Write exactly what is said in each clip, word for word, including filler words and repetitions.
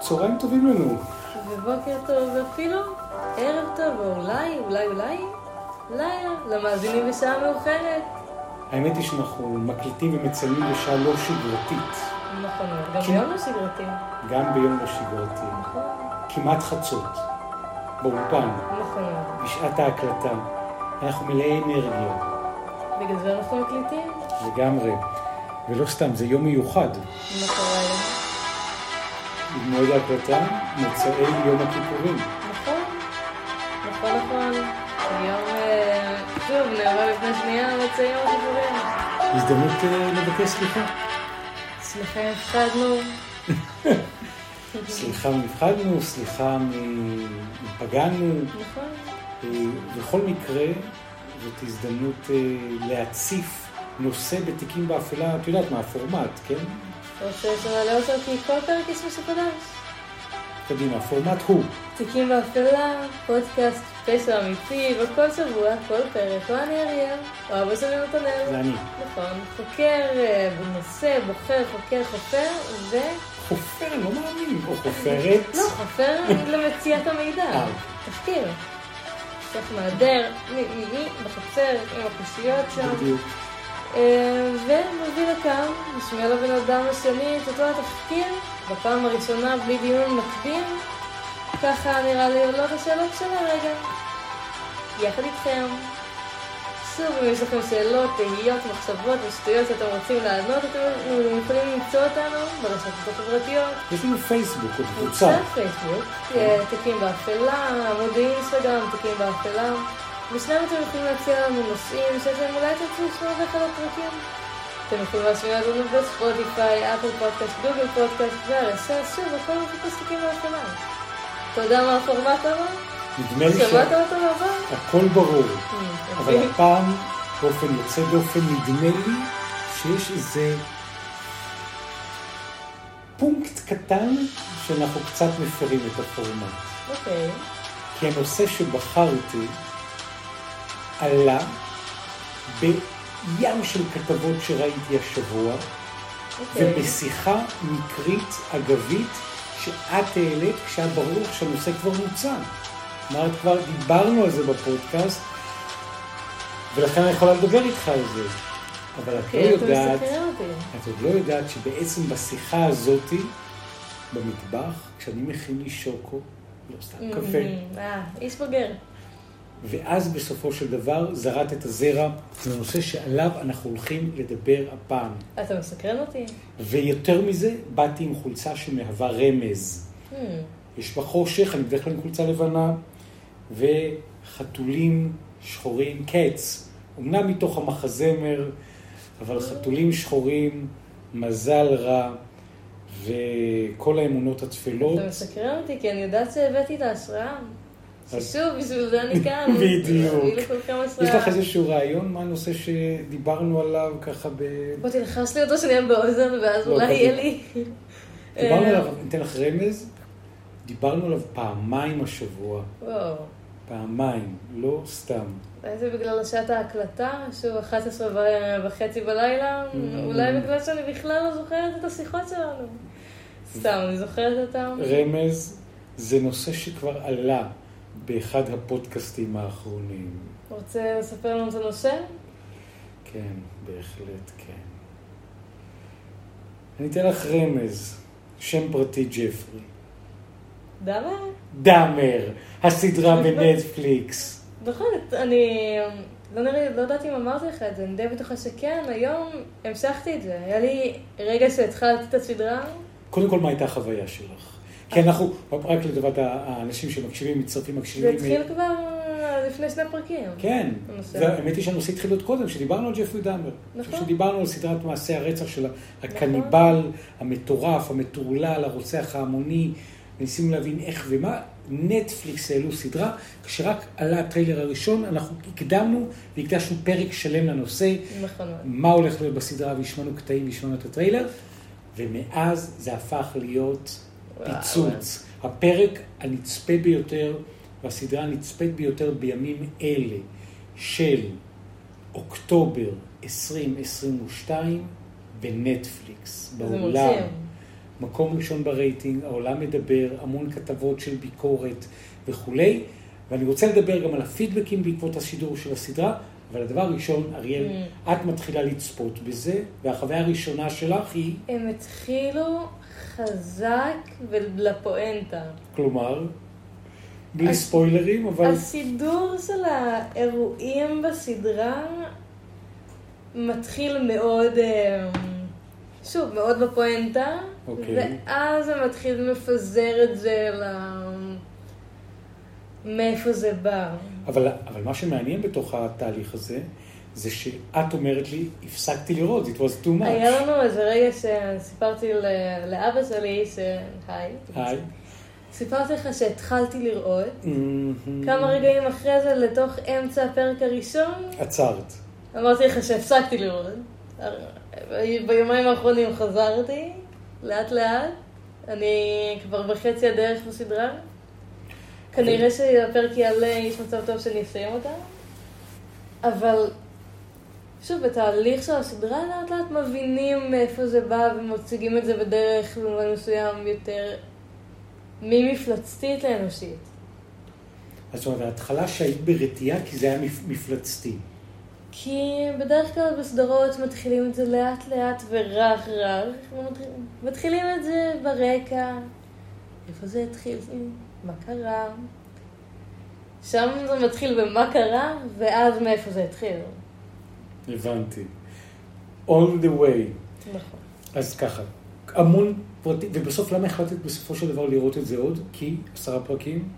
צהריים טובים לנו. ובוקר טוב, ואפילו ערב טוב, או אולי, אולי, אולי, לילה, למאזינים בשעה מאוחרת. האמת היא שאנחנו מקליטים ומצלמים בשעה לא שגרתית. נכון, גם ביום לא שגרתי. גם ביום לא שגרתי. נכון. כמעט חצות. באולפן. נכון. בשעת ההקלטה. אנחנו מלאי אנרגיה. בגלל זה אנחנו מקליטים. לגמרי. ולא סתם, זה יום מיוחד. מה קורה היום? במועד ההקלטה, מוצאי יום הכיפורים. נכון. נכון, נכון. היום, שוב, נעבר לפני שנייה, מוצאי יום הכיפורים. הזדמנות לבקש סליחה. סליחה, הפחדנו. סליחה מפחדנו, סליחה מפגענו. נכון. בכל מקרה, זאת הזדמנות להציף נושא בתיקים באפלה, את יודעת מה, הפורמט, כן? רוצה שנעלה אותו כי כל פרק יש משהו חדש. קדימה, הפורמט הוא. תיקים באפלה, פודקאסט פשע אמיתי, וכל שבוע, כל פרק, או אני אריאל, או אבא שלי נתנאל. זה אני. נכון, חוקר בנושא, בוחר, חוקר, חופר, ו... חופר, אני לא מאמין, או חופרת. לא, חופר למציאת המידע. תחקיר. צריך מהדר, מי, בחצר, עם הקושיות שם. בדיוק. ומביא לכאן, משמיע לבן אדם השני את אותו התחקיר, בפעם הראשונה בלי דיון מקדים, ככה נראה לי עולות השאלות שלה רגע. יחד איתכם. שוב, אם יש לכם שאלות, תהיות, מחשבות ושטויות שאתם רוצים לענות, אתם יכולים למצוא אותנו ברשתות החברתיות. יש לנו פייסבוק, או קבוצה. קבוצת פייסבוק, תיקים באפלה, עמוד אינסטגרם, תיקים באפלה. בשניים אתם יכולים להציע לנו נושאים שאתם אולי תרצו לשמוע באחד הפרקים. אתם יכולים להשמיע לנו בספוטיפיי, אפל פודקאסט, גוגל פודקאסט, והרסס, שוב, הכל מפוקס תיקים באפלה. אתה יודע מה הפורמט הבא? נדמה לי שמעת אותו לבא? הכל ברור. אבל הפעם, באופן יוצא דופן, נדמה לי שיש איזה פונקט קטן שאנחנו קצת מפרים את הפורמט. אוקיי. כי הנושא שבחרתי עלה בים של כתבות שראיתי השבוע, ובשיחה מקרית אגבית שאת העלית כשהיה ברור שהנושא כבר מוצא. אמרת, כבר דיברנו על זה בפודקאסט, ולכן אני יכולה לדבר איתך על זה. אבל את לא יודעת, את עוד לא יודעת שבעצם בשיחה הזאת, במטבח, כשאני מכין לי שוקו, לא סתם קפה. אה, איש בוגר. ואז בסופו של דבר זרעת את הזרע לנושא שעליו אנחנו הולכים לדבר הפעם. אתה מסקרן אותי. ויותר מזה, באתי עם חולצה שמהווה רמז. Hmm. יש בחושך, אני בדרך כלל עם חולצה לבנה, וחתולים שחורים, קץ. אמנם מתוך המחזמר, אבל חתולים שחורים, מזל רע, וכל האמונות התפלות. אתה מסקרן אותי, כי אני יודעת שהבאתי את ההשראה. ששוב, בשביל זה אני כאן. בדיוק. יש לך איזשהו רעיון? מה הנושא שדיברנו עליו ככה ב... בוא תלחש לי אותו שנהיה באוזן, ואז אולי יהיה לי... דיברנו עליו, ניתן לך רמז, דיברנו עליו פעמיים השבוע. וואו. פעמיים, לא סתם. זה בגלל שעת ההקלטה, שוב אחת עשרה וחצי בלילה, אולי בגלל שאני בכלל לא זוכרת את השיחות שלנו. סתם, אני זוכרת אותם. רמז, זה נושא שכבר עלה באחד הפודקאסטים האחרונים. רוצה לספר לנו את הנושא? כן, בהחלט כן. אני אתן לך רמז, שם פרטי ג'פרי. דאמר? דאמר, הסדרה בנטפליקס. נכון, אני לא נראה, לא יודעת אם אמרתי לך את זה, אני די בטוחה שכן, היום המשכתי את זה. היה לי רגע שהתחלתי את הסדרה. קודם כל, מה הייתה החוויה שלך? כי אנחנו, רק לטובת האנשים שמקשיבים, מצטרפים, מקשיבים... זה התחיל כבר לפני שני פרקים. כן, והאמת היא שהנושא התחיל עוד קודם, שדיברנו על ג'פרי דאמר. נכון. שדיברנו על סדרת מעשי הרצח של הקניבל, המטורף, המטורלל, הרוצח ההמוני, וניסינו להבין איך ומה. נטפליקס העלו סדרה, כשרק עלה הטריילר הראשון, אנחנו הקדמנו והקדשנו פרק שלם לנושא. נכון. מה הולך להיות בסדרה, והשמענו קטעים והשמענו את הטריילר, ומאז זה הפך להיות... פיצוץ. הפרק הנצפה ביותר, והסדרה הנצפית ביותר בימים אלה של אוקטובר עשרים עשרים ושתיים בנטפליקס, בעולם. מקום ראשון ברייטינג, העולם מדבר, המון כתבות של ביקורת וכולי, ואני רוצה לדבר גם על הפידבקים בעקבות השידור של הסדרה, אבל הדבר הראשון, אריאל, mm. את מתחילה לצפות בזה, והחוויה הראשונה שלך היא... הם התחילו חזק ולפואנטה. כלומר, בלי הס... ספוילרים, אבל... הסידור של האירועים בסדרה מתחיל מאוד, שוב, מאוד בפואנטה, okay. ואז הם מתחיל לפזר את זה ל... מאיפה זה בא. אבל, אבל מה שמעניין בתוך התהליך הזה, זה שאת אומרת לי, הפסקתי לראות, it was too much. היה לנו איזה רגע שסיפרתי לאבא שלי, ש... היי. היי. סיפרתי לך שהתחלתי לראות, mm-hmm. כמה רגעים אחרי זה, לתוך אמצע הפרק הראשון. עצרת. אמרתי לך שהפסקתי לראות. ביומיים האחרונים חזרתי, לאט לאט. אני כבר בחצי הדרך בסדרה. כנראה שהפרק יעלה, יש מצב טוב שאני אסיים אותה. אבל, שוב, בתהליך של הסדרה לאט לאט מבינים מאיפה זה בא ומציגים את זה בדרך במובן מסוים יותר ממפלצתית לאנושית. אז זאת אומרת, ההתחלה שהיית ברתיעה כי זה היה מפלצתי. כי בדרך כלל בסדרות מתחילים את זה לאט לאט ורך רך. מתחילים את זה ברקע. איפה זה התחיל? מה קרה? שם זה מתחיל במה קרה, ואז מאיפה זה התחיל. הבנתי. All the way. נכון. אז ככה, המון פרטים, ובסוף למה החלטת בסופו של דבר לראות את זה עוד? כי עשרה פרקים?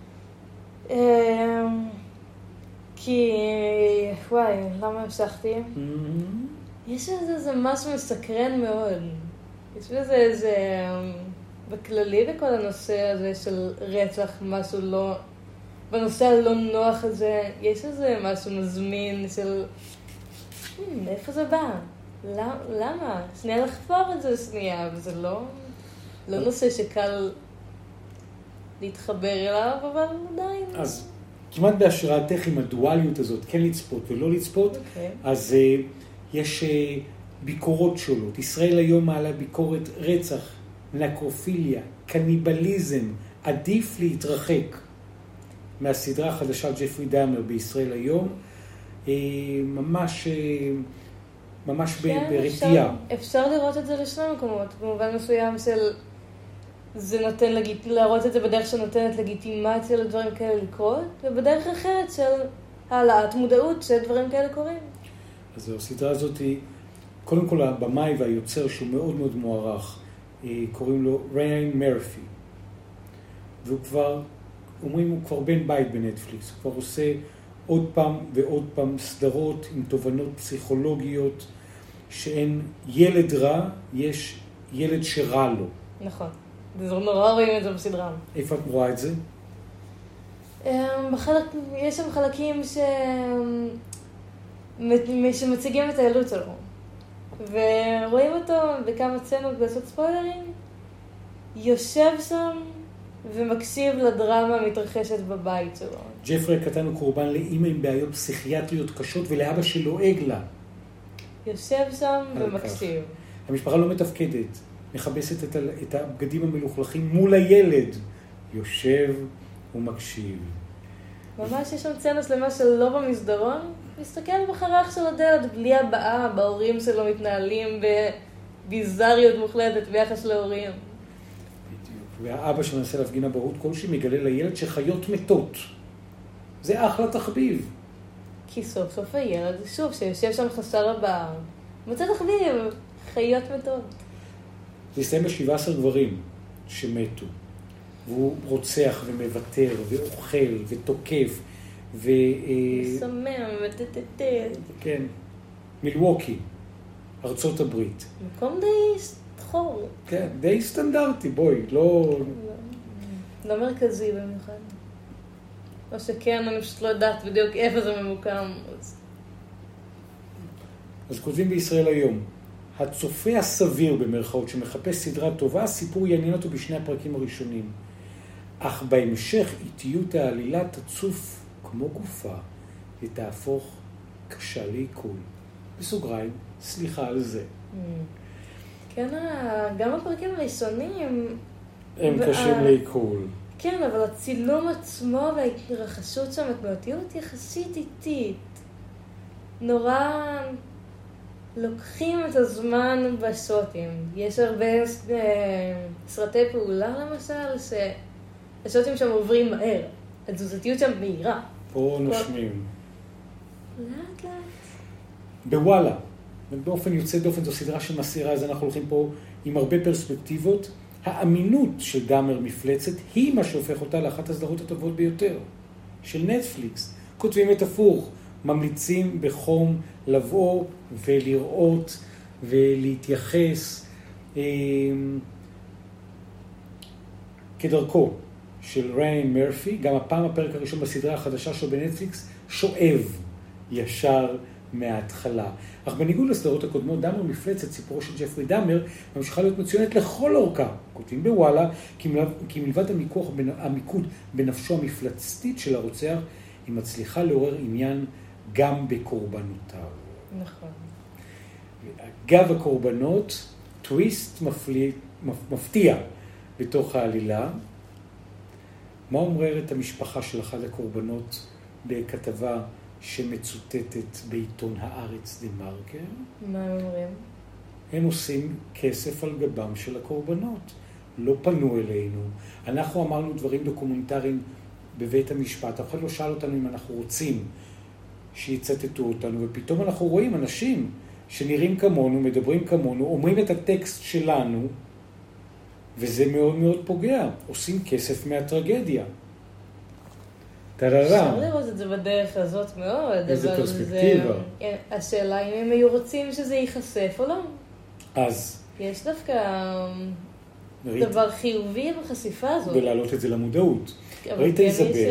כי, וואי, למה המשכתי? יש איזה משהו מסקרן מאוד. יש בזה איזה... בכללי בכל הנושא הזה של רצח, משהו לא... בנושא הלא נוח הזה, יש איזה משהו מזמין של... מאיפה זה בא? למה? שנייה לחפור את זה שנייה, וזה לא... לא נושא שקל להתחבר אליו, אבל עדיין... אז כמעט בהשראתך עם הדואליות הזאת, כן לצפות ולא לצפות, אז יש ביקורות שונות. ישראל היום מעלה ביקורת רצח, נקרופיליה, קניבליזם, עדיף להתרחק מהסדרה החדשה ג'פרי דאמר בישראל היום, ממש, ממש כן, ברתיעה. אפשר, אפשר לראות את זה לשני מקומות, במובן מסוים של זה נותן לגיט... להראות את זה בדרך שנותנת לגיטימציה לדברים כאלה לקרות, ובדרך אחרת של העלאת מודעות שדברים כאלה קורים. אז הסדרה הזאת היא, קודם כל הבמאי והיוצר שהוא מאוד מאוד מוערך, קוראים לו ריין מרפי, והוא כבר, אומרים, הוא כבר בן בית בנטפליקס, הוא כבר עושה עוד פעם ועוד פעם סדרות עם תובנות פסיכולוגיות, שאין ילד רע, יש ילד שרע לו. נכון, זה נורא רואים את זה בסדרה. איפה את רואה את זה? בחלק, יש שם חלקים ש... שמציגים את הילדות שלו. ורואים אותו בכמה צנות לעשות ספוילרים, יושב שם ומקשיב לדרמה המתרחשת בבית שלו. ג'פרי הקטן הוא קורבן לאמא עם בעיות פסיכיאטריות קשות ולאבא שלועג לה. יושב שם ומקשיב. המשפחה לא מתפקדת, מכבסת את, ה... את הבגדים המלוכלכים מול הילד. יושב ומקשיב. ממש יש שם צנה שלמה שלא במסדרון, מסתכל בחרך של הדלת בלי הבאה, בהורים שלו מתנהלים בביזריות מוחלטת ביחס להורים. בדיוק. והאבא שמנסה להפגין אבהות כלשהי מגלה לילד שחיות מתות. זה אחלה תחביב. כי סוף סוף הילד, שוב, שיושב שם חסר הבאה, מוצא תחביב, חיות מתות. זה הסתיים ב-שבעה עשר גברים שמתו. והוא רוצח ומוותר ואוכל ותוקף ו... סמם וטטטט. כן. מילווקי, ארצות הברית. מקום די שחור. כן, די סטנדרטי, בואי, לא... לא מרכזי במיוחד. או שכן, אני פשוט לא יודעת בדיוק איפה זה ממוקם. אז כותבים בישראל היום, הצופה הסביר במרכאות שמחפש סדרה טובה, הסיפור יעניין אותו בשני הפרקים הראשונים. אך בהמשך איטיות העלילה תצוף כמו גופה ותהפוך קשה לעיכול. בסוגריים, סליחה על זה. כן, גם הפרקים הראשונים... הם קשים לעיכול. כן, אבל הצילום עצמו וההתרחשות שם, התנועתיות יחסית איטית. נורא לוקחים את הזמן בשוטים. יש הרבה סרטי פעולה למשל, שהשוטים שם עוברים מהר. התזוזתיות שם מהירה. פה נושמים. לאט לאט. בוואלה. ובאופן יוצא דופן זו סדרה שמסירה, אז אנחנו הולכים פה עם הרבה פרספקטיבות. האמינות של דאמר מפלצת היא מה שהופך אותה לאחת הסדרות הטובות ביותר. של נטפליקס. כותבים את הפוך. ממליצים בחום לבוא ולראות ולהתייחס אה, כדרכו של ריין מרפי. גם הפעם הפרק הראשון בסדרה החדשה שלו בנטפליקס שואב ישר מההתחלה. אך בניגוד לסדרות הקודמות, דאמר מפלצת, סיפורו של ג'פרי דאמר, ממשיכה להיות מצוינת לכל אורכה. כותבים בוואלה, כי, מלבד, כי מלבד המיקוח, המיקוד בנפשו המפלצתית של הרוצח, היא מצליחה לעורר עניין גם בקורבנותיו. נכון. אגב הקורבנות, טוויסט מפליא, מפתיע בתוך העלילה. מה אומרת המשפחה של אחד הקורבנות בכתבה שמצוטטת בעיתון הארץ דה מרקר? מה הם אומרים? הם עושים כסף על גבם של הקורבנות. לא פנו אלינו. אנחנו אמרנו דברים דוקומנטריים בבית המשפט. אף אחד לא שאל אותנו אם אנחנו רוצים שיצטטו אותנו, ופתאום אנחנו רואים אנשים שנראים כמונו, מדברים כמונו, אומרים את הטקסט שלנו, וזה מאוד מאוד פוגע. עושים כסף מהטרגדיה. אפשר לראות את זה בדרך הזאת מאוד. איזה פרספקטיבה. זה... השאלה אם הם היו רוצים שזה ייחשף או לא. אז... יש דווקא דבר חיובי בחשיפה הזאת. ולהעלות את זה למודעות. ראית כן איזבל? יש,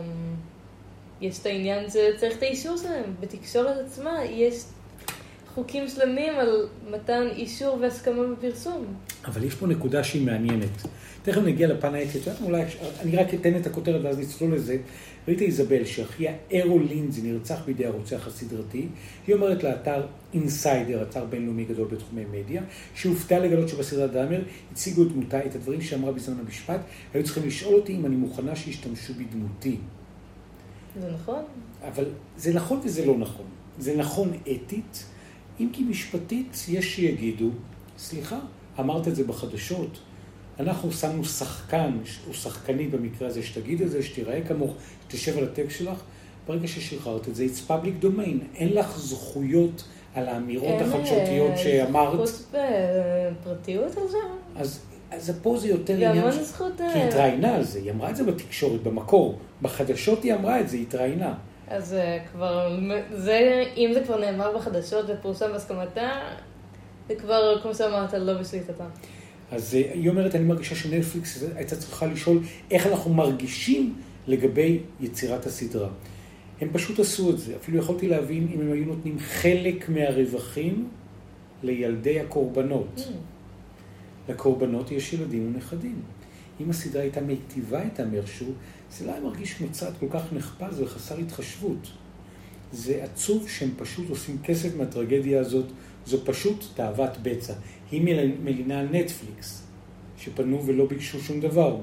יש את העניין שצריך את האישור שלהם. בתקשורת עצמה יש חוקים שלמים על מתן אישור והסכמה בפרסום. אבל יש פה נקודה שהיא מעניינת. תכף נגיע לפן האתי, אולי אני רק אתן את הכותרת ואז נצלול לזה. ראית איזבל שאחיה ארול לינזי נרצח בידי הרוצח הסדרתי. היא אומרת לאתר אינסיידר, אתר בינלאומי גדול בתחומי מדיה, שהופתע לגלות שבסדרת דאמר הציגו דמותה את הדברים שאמרה בזמן המשפט. היו צריכים לשאול אותי אם אני מוכנה שישתמשו בדמותי. זה נכון? אבל זה נכון וזה לא נכון. זה נכון אתית, אם כי משפטית יש שיגידו, סליחה, אמרת את זה בחדשות, אנחנו שמנו שחקן, או שחקנית במקרה הזה, שתגיד את זה, שתיראה כמוך, שתשב על הטקסט שלך, ברגע ששחררת את זה, it's public domain, אין לך זכויות על האמירות החדשותיות שאמרת. אין זכות בפרטיות על זה? אז, אז פה זה יותר עניין, ש... זכות... כי היא התראיינה על זה, היא אמרה את זה בתקשורת, במקור, בחדשות היא אמרה את זה, היא התראיינה. אז כבר, זה, אם זה כבר נאמר בחדשות ופורסם בהסכמתה, זה כבר, כמו שאמרת, לא בשליטתה. אז היא אומרת, אני מרגישה שנטפליקס הייתה צריכה לשאול איך אנחנו מרגישים לגבי יצירת הסדרה. הם פשוט עשו את זה. אפילו יכולתי להבין אם הם היו נותנים חלק מהרווחים לילדי הקורבנות. Mm. לקורבנות יש ילדים ונכדים. אם הסדרה הייתה מיטיבה איתם איכשהו, זה לא היה מרגיש מוצאת כל כך נחפז וחסר התחשבות. זה עצוב שהם פשוט עושים כסף מהטרגדיה הזאת. זו פשוט תאוות בצע. היא מלינה נטפליקס, שפנו ולא ביקשו שום דבר.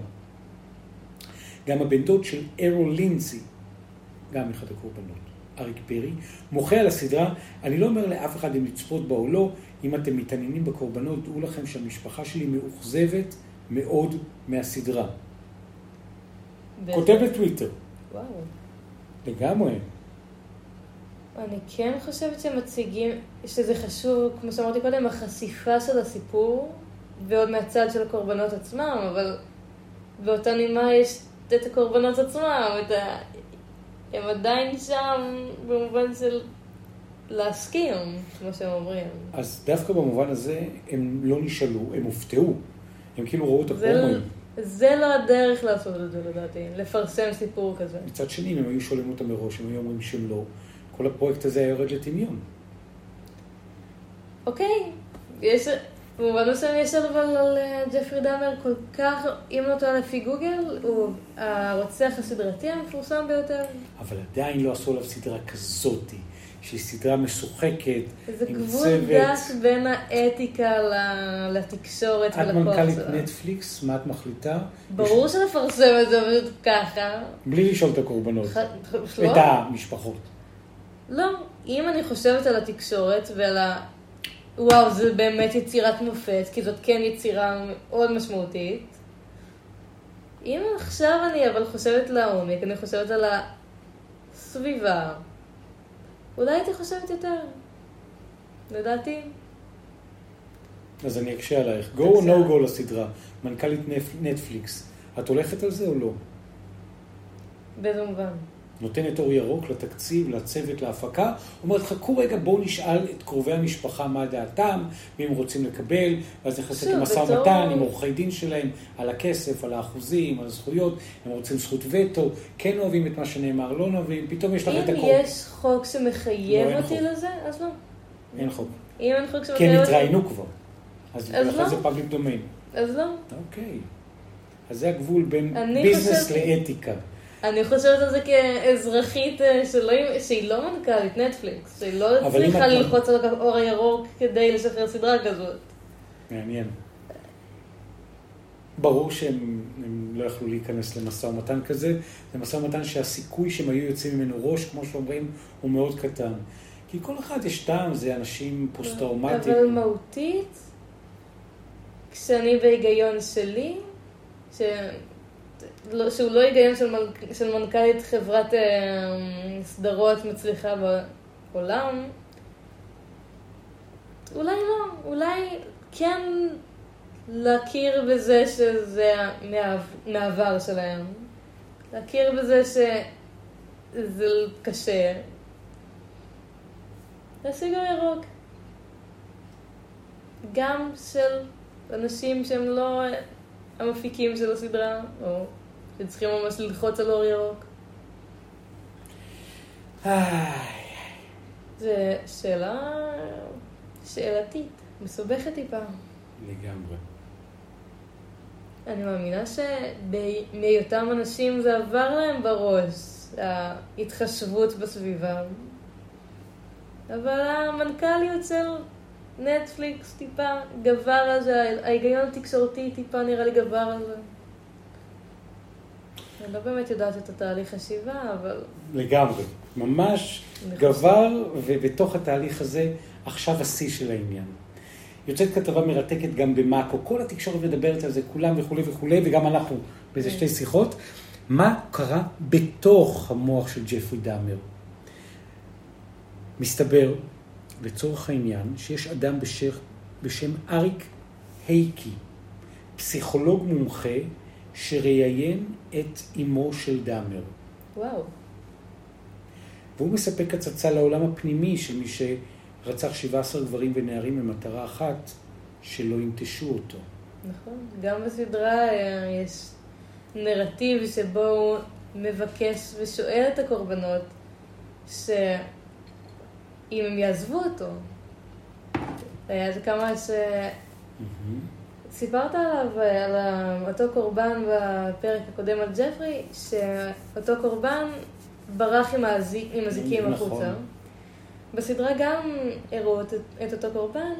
גם הבן דוד של ארול לינזי, גם אחד הקורבנות, אריק פרי, מוחה על הסדרה. אני לא אומר לאף אחד אם לצפות בה או לא, אם אתם מתעניינים בקורבנות, דעו לכם שהמשפחה שלי מאוכזבת מאוד מהסדרה. כותב בטוויטר. וואו. לגמרי. אני כן חושבת שמציגים, שזה חשוב, כמו שאמרתי קודם, החשיפה של הסיפור, ועוד מהצד של הקורבנות עצמם, אבל באותה נימה יש את הקורבנות עצמם, את ה... הם עדיין שם במובן של להסכים, כמו שהם אומרים. אז דווקא במובן הזה הם לא נשאלו, הם הופתעו. הם כאילו ראו את הפרומים. זה לא הדרך לעשות את זה לדעתי, לפרסם סיפור כזה. מצד שני, אם הם היו שואלים אותם מראש, הם היו אומרים שהם לא, כל הפרויקט הזה היה יורד לטמיון. אוקיי, יש, במובן מסוים יש אבל על ג'פרי דאמר כל כך, אם לא טועה לפי גוגל, הוא הרוצח הסדרתי המפורסם ביותר. אבל עדיין לא עשו עליו סדרה כזאתי, שהיא סדרה משוחקת. זה גבול דק בין האתיקה לתקשורת ולכוח שלה. את מנכ"לית נטפליקס, מה את מחליטה? ברור שלפרסם את זה פשוט ככה. בלי לשאול את הקורבנות, את המשפחות. לא, אם אני חושבת על התקשורת ועל ה... וואו, זה באמת יצירת מופת, כי זאת כן יצירה מאוד משמעותית. אם עכשיו אני אבל חושבת לעומק, אני חושבת על הסביבה, אולי הייתי חושבת יותר. לדעתי. אז אני אקשה עלייך. Go or no go לסדרה. מנכ"לית נטפליקס. את הולכת על זה או לא? באיזה מובן? נותנת אור ירוק לתקציב, לצוות, להפקה. אומרת, חכו רגע, בואו נשאל את קרובי המשפחה מה דעתם, ואם רוצים לקבל, ואז נכנסת למשא ומתן עם עורכי דין שלהם, על הכסף, על האחוזים, על הזכויות, הם רוצים זכות וטו, כן אוהבים את מה שנאמר, לא אוהבים, פתאום יש לך את הכל. אם יש חוק שמחייב אותי לזה, אז לא. אין חוק. אם אין חוק שמחייב אותי... כי הם התראינו כבר. אז לכן זה פאבליק דומיין. אז לא. אוקיי. אז זה הגבול בין ביזנס לאתיקה. אני חושבת על זה כאזרחית שלא, שהיא לא מנכ"לית נטפליקס, שהיא לא צריכה ללחוץ על האור הירוק כדי לשחרר סדרה כזאת. מעניין. ברור שהם לא יכלו להיכנס למשא ומתן כזה, זה משא ומתן שהסיכוי שהם היו יוצאים ממנו ראש, כמו שאומרים, הוא מאוד קטן. כי כל אחד יש טעם, זה אנשים פוסט-טראומטיים. אבל מהותית, כשאני בהיגיון שלי, ש... שהוא לא היגיון של, מנ... של מנכ"לית חברת אה, סדרות מצליחה בעולם, אולי לא, אולי כן להכיר בזה שזה מהעבר שלהם, להכיר בזה שזה קשה, להשיג אור ירוק, גם של אנשים שהם לא המפיקים של הסדרה, או שצריכים ממש ללחוץ על אור ירוק. זה שאלה שאלתית, מסובכת טיפה. לגמרי. אני מאמינה שמהיותם אנשים זה עבר להם בראש, ההתחשבות בסביבה. אבל המנכ"ליות של נטפליקס טיפה גבר על זה, ההיגיון התקשורתי טיפה נראה לי גבר על זה. אני לא באמת יודעת את התהליך השיבה, אבל... לגמרי, ממש גבר, ובתוך התהליך הזה עכשיו השיא של העניין. יוצאת כתבה מרתקת גם במאקו, כל התקשורת מדברת על זה, כולם וכו' וכו', וגם אנחנו באיזה שתי שיחות. מה קרה בתוך המוח של ג'פרי דאמר? מסתבר, לצורך העניין, שיש אדם בשם, בשם אריק הייקי, פסיכולוג מומחה, שראיין את אמו של דאמר. וואו. והוא מספק הצצה לעולם הפנימי של מי שרצח שבעה עשר גברים ונערים במטרה אחת, שלא ינטשו אותו. נכון. גם בסדרה יש נרטיב שבו הוא מבקש ושואל את הקורבנות שאם הם יעזבו אותו. זה כמה ש... סיפרת עליו, על אותו קורבן בפרק הקודם על ג'פרי, שאותו קורבן ברח עם הזיקים החוצה. בסדרה גם הראו את אותו קורבן,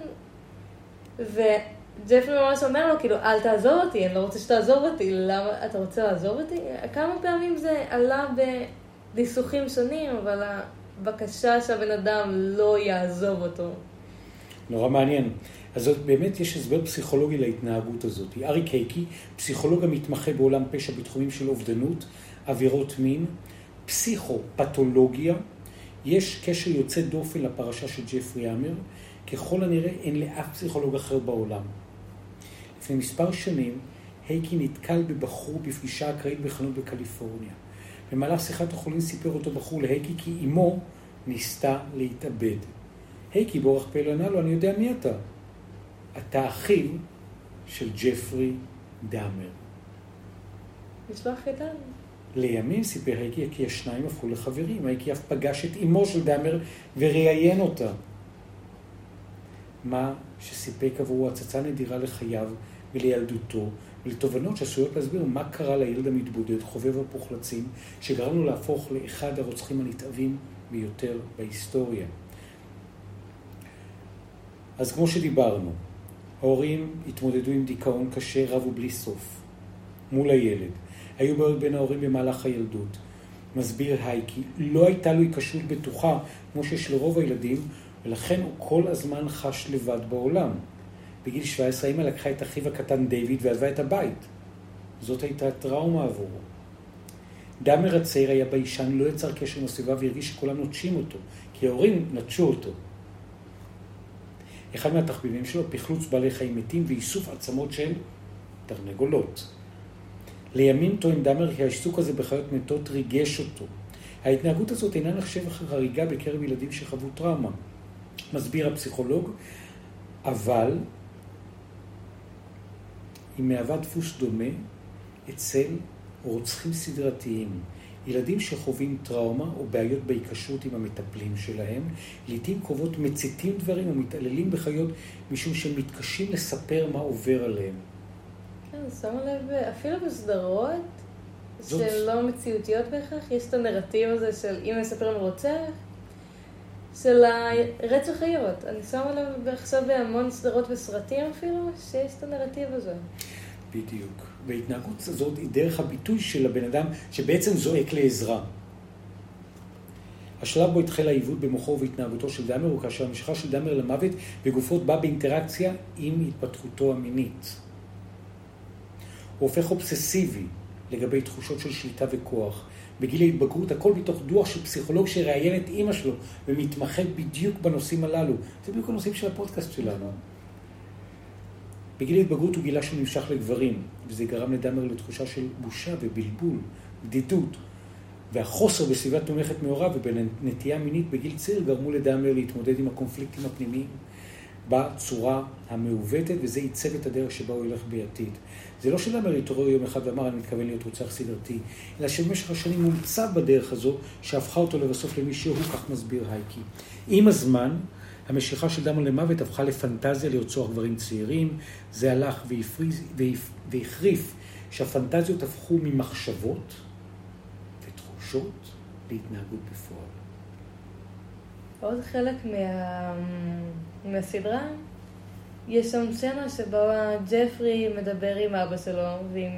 וג'פרי ממש אומר לו, כאילו, אל תעזוב אותי, אני לא רוצה שתעזוב אותי, למה אתה רוצה לעזוב אותי? כמה פעמים זה עלה בניסוחים שונים, אבל הבקשה שהבן אדם לא יעזוב אותו. נורא מעניין. אז באמת יש הסבר פסיכולוגי להתנהגות הזאת. אריק הייקי, פסיכולוג המתמחה בעולם פשע בתחומים של אובדנות, עבירות מין, פסיכופתולוגיה. יש קשר יוצא דופן לפרשה של ג'פרי דאמר, ככל הנראה אין לאף פסיכולוג אחר בעולם. לפני מספר שנים, הייקי נתקל בבחור בפגישה אקראית בחנות בקליפורניה. במהלך שיחת החולין סיפר אותו בחור להייקי כי אמו ניסתה להתאבד. הייקי באורח פלא ענה לו, אני יודע מי אתה. אתה אחיו של ג'פרי דאמר. משלח קטן. לימים סיפר הייקי כי השניים הפכו לחברים. הייקי אף פגש את אמו של דאמר וראיין אותה. מה שסיפק עבורו הצצה נדירה לחייו ולילדותו ולתובנות שעשויות להסביר מה קרה לילד המתבודד חובב הפוחלצים שגרם לו להפוך לאחד הרוצחים הנתעבים ביותר בהיסטוריה. אז כמו שדיברנו, ההורים התמודדו עם דיכאון קשה, רב ובלי סוף, מול הילד. היו בעיות בין ההורים במהלך הילדות. מסביר הייקי, לא הייתה לו היקשרות בטוחה, כמו שיש לרוב הילדים, ולכן הוא כל הזמן חש לבד בעולם. בגיל שבע עשרה אמא לקחה את אחיו הקטן דיוויד ועזבה את הבית. זאת הייתה טראומה עבורו. דאמר הצעיר היה ביישן, לא יצר קשר עם הסביבה והרגיש שכולם נוטשים אותו, כי ההורים נטשו אותו. אחד מהתחביבים שלו, פחלוץ בעלי חיים מתים ואיסוף עצמות של תרנגולות. לימים טוען דאמר כי העיסוק הזה בחיות מתות ריגש אותו. ההתנהגות הזאת אינה נחשבת חריגה בקרב ילדים שחוו טראומה. מסביר הפסיכולוג, אבל היא מהווה דפוס דומה אצל רוצחים סדרתיים. ילדים שחווים טראומה או בעיות בהיקשרות עם המטפלים שלהם, לעתים קרובות מציתים דברים ומתעללים בחיות משום שהם מתקשים לספר מה עובר עליהם. כן, שמה לב, אפילו בסדרות שלא מציאותיות בהכרח, יש את הנרטיב הזה של אם מספרים רוצח, של הרצח חיות. אני שמה לב עכשיו בהמון סדרות וסרטים אפילו, שיש את הנרטיב הזה. בדיוק. וההתנהגות הזאת היא דרך הביטוי של הבן אדם שבעצם זועק לעזרה. השלב בו התחיל העיוות במוחו ובהתנהגותו של דאמר הוא כאשר המשיכה של דאמר למוות בגופות באה באינטראקציה עם התפתחותו המינית. הוא הופך אובססיבי לגבי תחושות של שליטה וכוח. בגיל ההתבגרות הכל מתוך דוח של פסיכולוג שראיין את אמא שלו ומתמחה בדיוק בנושאים הללו. זה בדיוק הנושאים של הפודקאסט שלנו. בגיל ההתבגרות הוא גילה שהוא נמשך לגברים, וזה גרם לדאמר לתחושה של בושה ובלבול, בדידות, והחוסר בסביבה תומכת מעורב ובנטייה מינית בגיל צעיר גרמו לדאמר להתמודד עם הקונפליקטים הפנימיים בצורה המעוותת, וזה ייצב את הדרך שבה הוא ילך בעתיד. זה לא שדאמר התעורר יום אחד ואמר אני מתכוון להיות רוצח סדרתי, אלא שבמשך השנים הוא מוצב בדרך הזו שהפכה אותו לבסוף למי שהוא, כך מסביר הייקי. עם הזמן, המשיכה של דאמר למוות הפכה לפנטזיה לרצוח גברים צעירים. זה הלך והחריף שהפנטזיות הפכו ממחשבות ותחושות להתנהגות בפועל. עוד חלק מה... מהסדרה, יש שם סצנה שבה ג'פרי מדבר עם אבא שלו ועם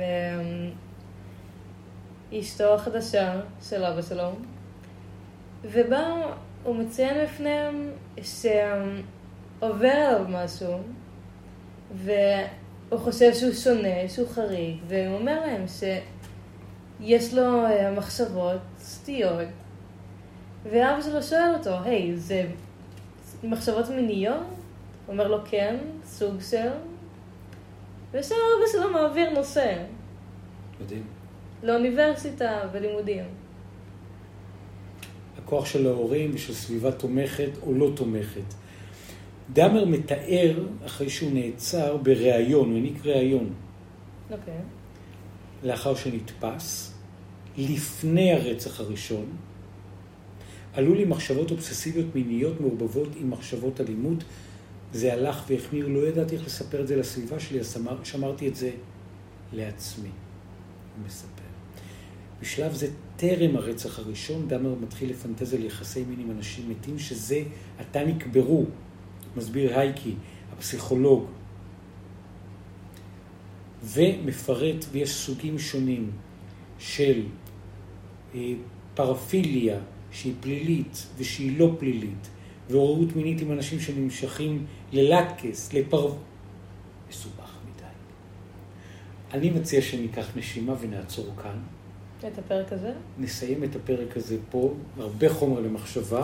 אשתו החדשה של אבא שלו, ובה הוא מציין בפניהם שעובר עליו משהו, והוא חושב שהוא שונה, שהוא חריג, והוא אומר להם שיש לו מחשבות סטיות, ואבא שלו שואל אותו, היי, זה מחשבות מיניות? הוא אומר לו כן, סוג של, ושם אבא שלו מעביר נושא. מדהים. לאוניברסיטה ולימודים. הכוח של ההורים ושל סביבה תומכת או לא תומכת. דאמר מתאר, אחרי שהוא נעצר, בראיון, הוא העניק ראיון. אוקיי. לאחר שנתפס, לפני הרצח הראשון, עלו לי מחשבות אובססיביות מיניות מעורבבות עם מחשבות אלימות. זה הלך והחמיר, לא ידעתי איך לספר את זה לסביבה שלי, אז שמרתי את זה לעצמי. הוא מספר. בשלב זה, טרם הרצח הראשון, דאמר מתחיל לפנטזיה ליחסי מין עם אנשים מתים, שזה עתה נקברו, מסביר הייקי, הפסיכולוג, ומפרט, ויש סוגים שונים של אה, פרפיליה, שהיא פלילית ושהיא לא פלילית, ועוררות מינית עם אנשים שנמשכים ללטקס, לפרו... מסובך מדי. אני מציע שניקח נשימה ונעצור כאן. את הפרק הזה? נסיים את הפרק הזה פה, הרבה חומר למחשבה,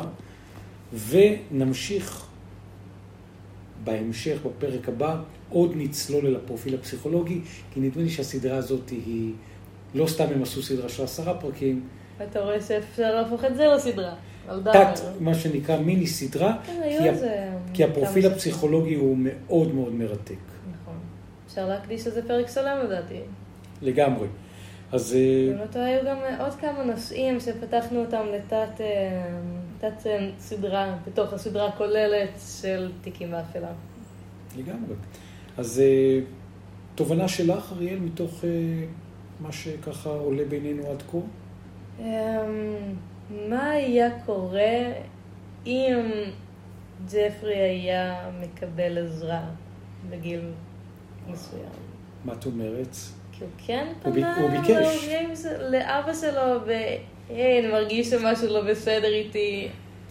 ונמשיך בהמשך, בפרק הבא, עוד נצלול אל הפרופיל הפסיכולוגי, כי נדמה לי שהסדרה הזאת היא, לא סתם הם עשו סדרה של עשרה פרקים. אתה רואה שאפשר להפוך את זה לסדרה. תת, מה שנקרא מיני סדרה, כי, כי הפרופיל הפסיכולוגי הוא מאוד מאוד מרתק. נכון. אפשר להקדיש לזה פרק סלם לדעתי. לגמרי. אז... באמת היו גם עוד כמה נושאים שפתחנו אותם לתת תת סדרה, בתוך הסדרה הכוללת של תיקים באפלה. לגמרי. אז תובנה שלך, אריאל, מתוך מה שככה עולה בינינו עד כה? מה היה קורה אם ג'פרי היה מקבל עזרה בגיל מסוים? מה את אומרת? כי הוא כן הוא פנה ב- הוא ביקש. להורים של- לאבא שלו ב... היי, אני מרגיש שמשהו לא בסדר איתי.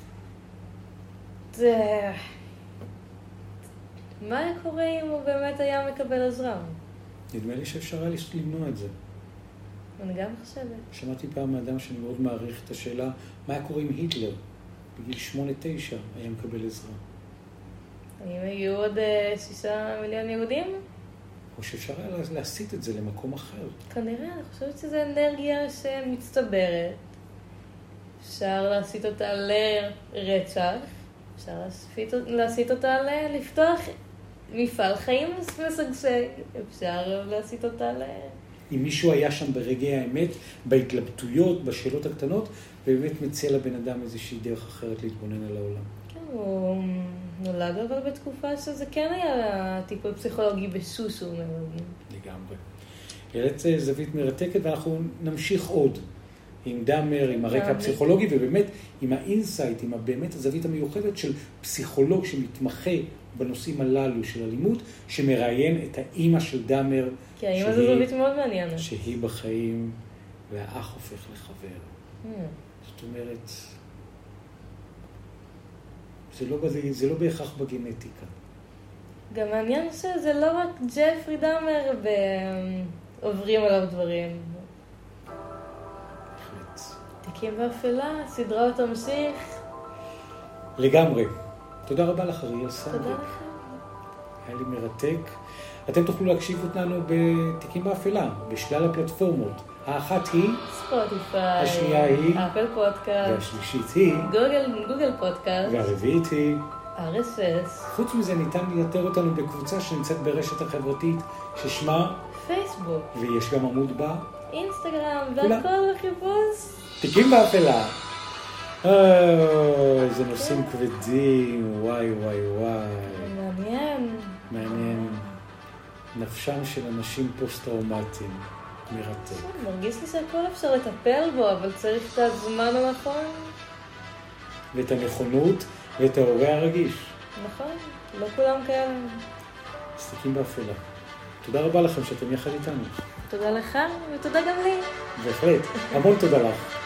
זה... מה היה קורה אם הוא באמת היה מקבל עזרה? נדמה לי שאפשר היה למנוע את זה. אני גם חושבת. שמעתי פעם מאדם שאני מאוד מעריך את השאלה, מה היה קורה אם היטלר בגיל שמונה תשע היה מקבל עזרה? האם היו עוד אה, שישה מיליון יהודים? או שאפשר היה להסיט את זה למקום אחר. כנראה, אני חושבת שזו אנרגיה שמצטברת. אפשר להסיט אותה לרצח, אפשר להסיט, להסיט אותה ל- לפתוח מפעל חיים משגשג, אפשר להסיט אותה ל... אם מישהו היה שם ברגעי האמת, בהתלבטויות, בשאלות הקטנות, ובאמת מציע לבן אדם איזושהי דרך אחרת להתבונן על העולם. כן, הוא נולד אבל בתקופה שזה כן היה טיפול פסיכולוגי בסוסו מאוד. לגמרי. העלית זווית מרתקת, ואנחנו נמשיך עוד עם דאמר, עם הרקע הפסיכולוגי, ובאמת עם האינסייט, עם באמת הזווית המיוחדת של פסיכולוג שמתמחה בנושאים הללו של אלימות, שמראיין את האימא של דאמר. כי האימא זו זווית מאוד מעניינת. שהיא בחיים, והאח הופך לחבר. Hmm. זאת אומרת, זה לא, זה, זה לא בהכרח בגנטיקה. גם מעניין שזה לא רק ג'פרי דאמר ועוברים עליו דברים. בהחלט. תיקים באפלה, סדרה תמשיך. לגמרי. תודה רבה לך, אריאל סנדק. תודה לך. היה לי מרתק. אתם תוכלו להקשיב אותנו בתיקים באפלה, בשלל הפלטפורמות. האחת היא, ספוטיפיי, השנייה היא, אפל פודקאסט, והשלישית היא, גוגל, גוגל פודקאסט, והרביעית היא. אר אס אס. חוץ מזה ניתן לאתר אותנו בקבוצה שנמצאת ברשת החברתית ששמה, פייסבוק, ויש גם עמוד בה, אינסטגרם, כולה. והכל בחיפוש. תיקים באפלה. אוי, איזה נושאים כבדים, וואי וואי וואי. מעניין. מעניין. נפשם של אנשים פוסט-טראומטיים. מרתק. מרגיש לי שהכל אפשר לטפל בו, אבל צריך את הזמן הנכון. ואת הנכונות ואת ההורה הרגיש. נכון, לא כולם כאלה. אז תיקים באפלה. תודה רבה לכם שאתם יחד איתנו. תודה לך, ותודה גם לי. בהחלט. המון תודה לך.